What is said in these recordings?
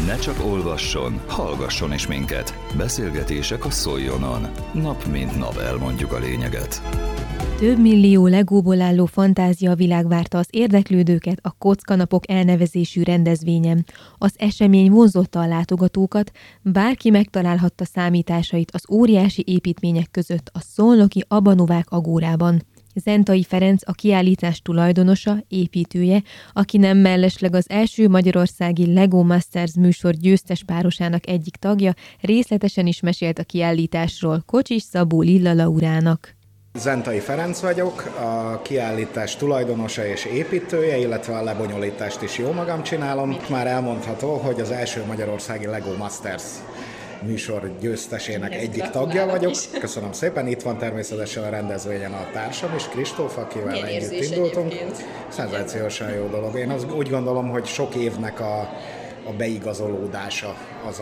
Ne csak olvasson, hallgasson is minket. Beszélgetések a Szoljonon. Nap mint nap elmondjuk a lényeget. Több millió legóból álló fantáziavilág várta az érdeklődőket a Kockanapok elnevezésű rendezvényen. Az esemény vonzotta a látogatókat, bárki megtalálhatta számításait az óriási építmények között a szolnoki Aba-Novák agórában. Zentai Ferenc a kiállítás tulajdonosa, építője, aki nem mellesleg az első magyarországi Lego Masters műsor győztes párosának egyik tagja, részletesen is mesélt a kiállításról Kocsis Szabó Lilla Laurának. Zentai Ferenc vagyok, a kiállítás tulajdonosa és építője, illetve a lebonyolítást is jó magam csinálom. Már elmondható, hogy az első magyarországi Lego Masters műsor győztesének egyik tagja vagyok. Köszönöm szépen, itt van természetesen a rendezvényen a társam is, Kristóf, akivel együtt indultunk. Szenzációsan jó dolog. Én úgy gondolom, hogy sok évnek a beigazolódása az,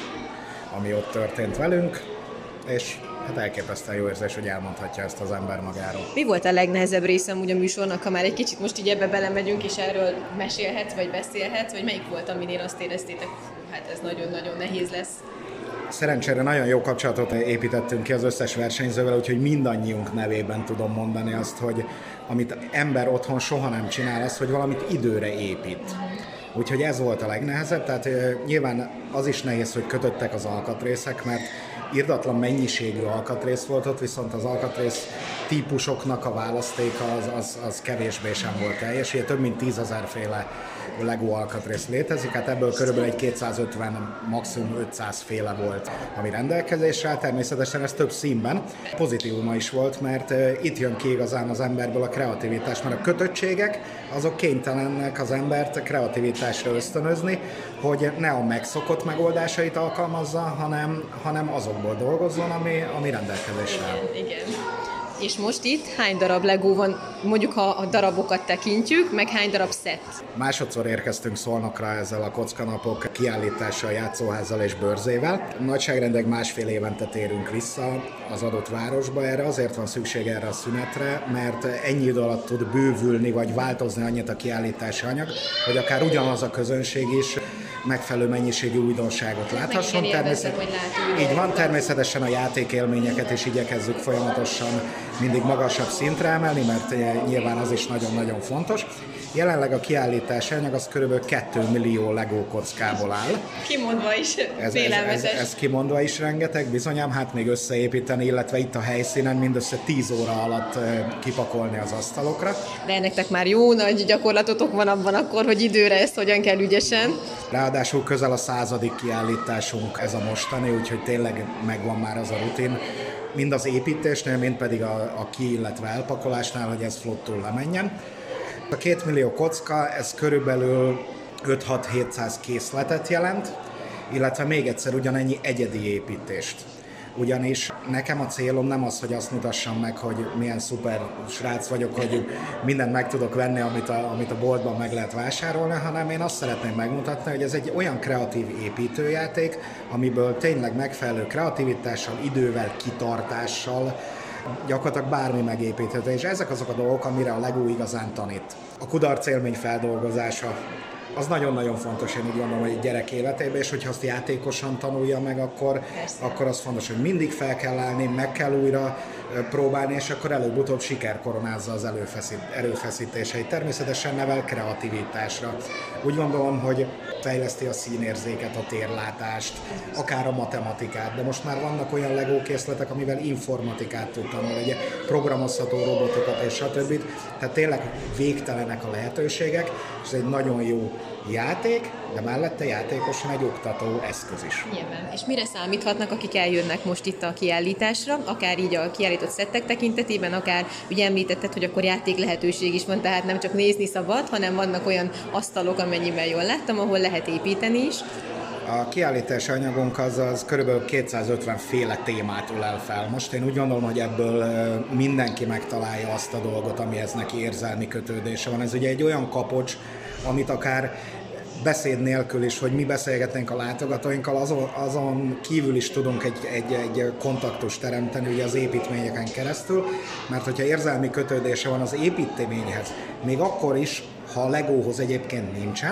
ami ott történt velünk, és hát elképesztően jó érzés, hogy elmondhatja ezt az ember magáról. Mi volt a legnehezebb része amúgy a műsornak, ha már egy kicsit most így ebbe belemegyünk, és erről mesélhetsz, vagy beszélhetsz, vagy melyik volt, aminél azt éreztétek, hát ez nagyon-nagyon nehéz lesz? Szerencsére nagyon jó kapcsolatot építettünk ki az összes versenyzővel, úgyhogy mindannyiunk nevében tudom mondani azt, hogy amit ember otthon soha nem csinál, az, hogy valamit időre épít. Úgyhogy ez volt a legnehezebb, tehát nyilván az is nehéz, hogy kötöttek az alkatrészek, mert irdatlan mennyiségű alkatrész volt ott, viszont az alkatrész típusoknak a választéka az kevésbé sem volt teljes. Ugye több mint 10 000 féle Lego alkatrész létezik, hát ebből körülbelül egy 250, maximum 500 féle volt, ami rendelkezésre áll. Természetesen ez több színben. Pozitívuma is volt, mert itt jön ki igazán az emberből a kreativitás, mert a kötöttségek azok kénytelenek az embert kreativitásra ösztönözni, hogy ne a megszokott megoldásait alkalmazza, hanem azokból dolgozzon, ami rendelkezésre áll. Igen. És most itt hány darab Lego van, mondjuk ha a darabokat tekintjük, meg hány darab szett? Másodszor érkeztünk Szolnokra ezzel a Kockanapok kiállítással, játszóházzal és bőrzével. Nagyságrendek másfél évente térünk vissza az adott városba. Erre azért van szükség erre a szünetre, mert ennyi idő alatt tud bővülni vagy változni annyit a kiállítási anyag, hogy akár ugyanaz a közönség is megfelelő mennyiségű újdonságot láthasson. Így van, természetesen a játékélményeket is igyekezzük folyamatosan mindig magasabb szintre emelni, mert nyilván az is nagyon-nagyon fontos. Jelenleg a kiállítási anyag az kb. 2 millió Lego kockából áll. Kimondva is félelmetes. Ez kimondva is rengeteg, bizonyám, hát még összeépíteni, illetve itt a helyszínen mindössze 10 óra alatt kipakolni az asztalokra. De nektek már jó nagy gyakorlatotok van abban akkor, hogy időre ezt hogyan kell ügyesen. Ráadásul közel a 100. kiállításunk ez a mostani, úgyhogy tényleg megvan már az a rutin, mind az építésnél, mind pedig a illetve elpakolásnál, hogy ez flottul lemenjen. A 2 millió kocka, ez körülbelül 5-6-700 készletet jelent, illetve még egyszer ugyanennyi egyedi építést. Ugyanis nekem a célom nem az, hogy azt mutassam meg, hogy milyen szuper srác vagyok, hogy mindent meg tudok venni, amit a boltban meg lehet vásárolni, hanem én azt szeretném megmutatni, hogy ez egy olyan kreatív építőjáték, amiből tényleg megfelelő kreativitással, idővel, kitartással gyakorlatilag bármi megépíthető, és ezek azok a dolgok, amire a Lego igazán tanít. A kudarcélmény feldolgozása az nagyon-nagyon fontos, én úgy gondolom, hogy egy gyerek életében, és hogyha azt játékosan tanulja meg, akkor az fontos, hogy mindig fel kell állni, meg kell újra próbálni, és akkor előbb-utóbb siker koronázza az erőfeszítéseit. Természetesen nevel kreativitásra. Úgy gondolom, hogy fejleszti a színérzéket, a térlátást, akár a matematikát, de most már vannak olyan Lego készletek, amivel informatikát tud tanulni, ugye programozható robotokat és stb. Tehát tényleg végtelenek a lehetőségek, és ez egy nagyon jó játék, de mellette játékosan egy oktató eszköz is. Nyilván. És mire számíthatnak, akik eljönnek most itt a kiállításra, akár így a kiállított szettek tekintetében, akár ugye említetted, hogy akkor játék lehetőség is van, tehát nem csak nézni szabad, hanem vannak olyan asztalok, amennyiben jól láttam, ahol lehet építeni is. A kiállítási anyagunk az körülbelül 250 féle témát ölel fel. Most én úgy gondolom, hogy ebből mindenki megtalálja azt a dolgot, amihez neki érzelmi kötődése van. Ez ugye egy olyan kapocs, amit akár beszéd nélkül is, hogy mi beszélgetnénk a látogatóinkkal, azon kívül is tudunk egy kontaktust teremteni ugye az építményeken keresztül, mert hogyha érzelmi kötődése van az építményhez, még akkor is, ha a Legóhoz egyébként nincsen,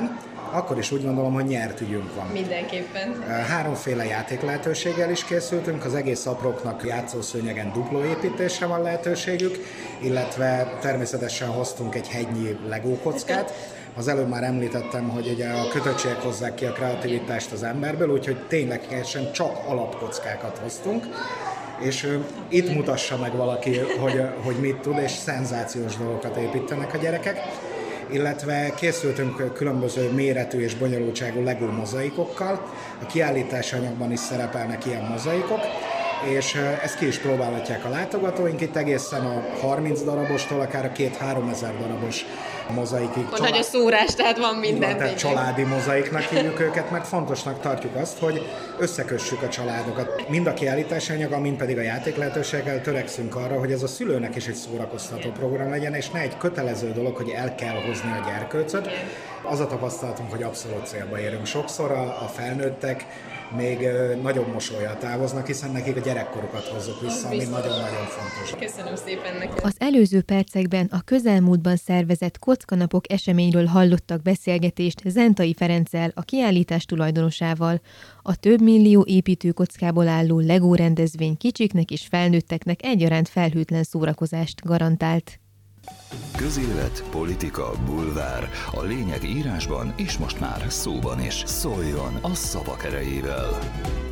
akkor is úgy gondolom, hogy nyert ügyünk van. Mindenképpen. 3 játék lehetőséggel is készültünk, az egész apróknak játszószőnyegen dupló építésre van lehetőségük, illetve természetesen hoztunk egy hegynyi Lego kockát. Az előbb már említettem, hogy ugye a kötöttségek hozzák ki a kreativitást az emberből, úgyhogy ténylegesen csak alapkockákat hoztunk, és itt mutassa meg valaki, hogy mit tud, és szenzációs dolgokat építenek a gyerekek. Illetve készültünk különböző méretű és bonyolultságú Lego mozaikokkal. A kiállítási anyagban is szerepelnek ilyen mozaikok, és ezt ki is próbálhatják a látogatóink, itt egészen a 30 darabostól, akár a 2-3 ezer darabos mozaikig. Nagy a szórás, tehát van minden. Tehát családi mozaiknak hívjuk őket, mert fontosnak tartjuk azt, hogy összekössük a családokat. Mind a kiállítási anyaga, mind pedig a játék lehetőséggel törekszünk arra, hogy ez a szülőnek is egy szórakoztató program legyen, és ne egy kötelező dolog, hogy el kell hozni a gyerkőcöt. Az a tapasztalatunk, hogy abszolút célba érünk. Sokszor a felnőttek még nagyobb mosollyal távoznak, hiszen nekik a gyerekkorukat hozzuk vissza, ami nagyon-nagyon fontos. Köszönöm szépen neked. Az előző percekben a közelmúltban szervezett Kockanapok eseményről hallottak beszélgetést Zentai Ferenccel, a kiállítás tulajdonosával. A több millió építőkockából álló Lego rendezvény kicsiknek és felnőtteknek egyaránt felhőtlen szórakozást garantált. Közélet, politika, bulvár. A lényeg írásban és most már szóban is. Szóljon a szavak erejével!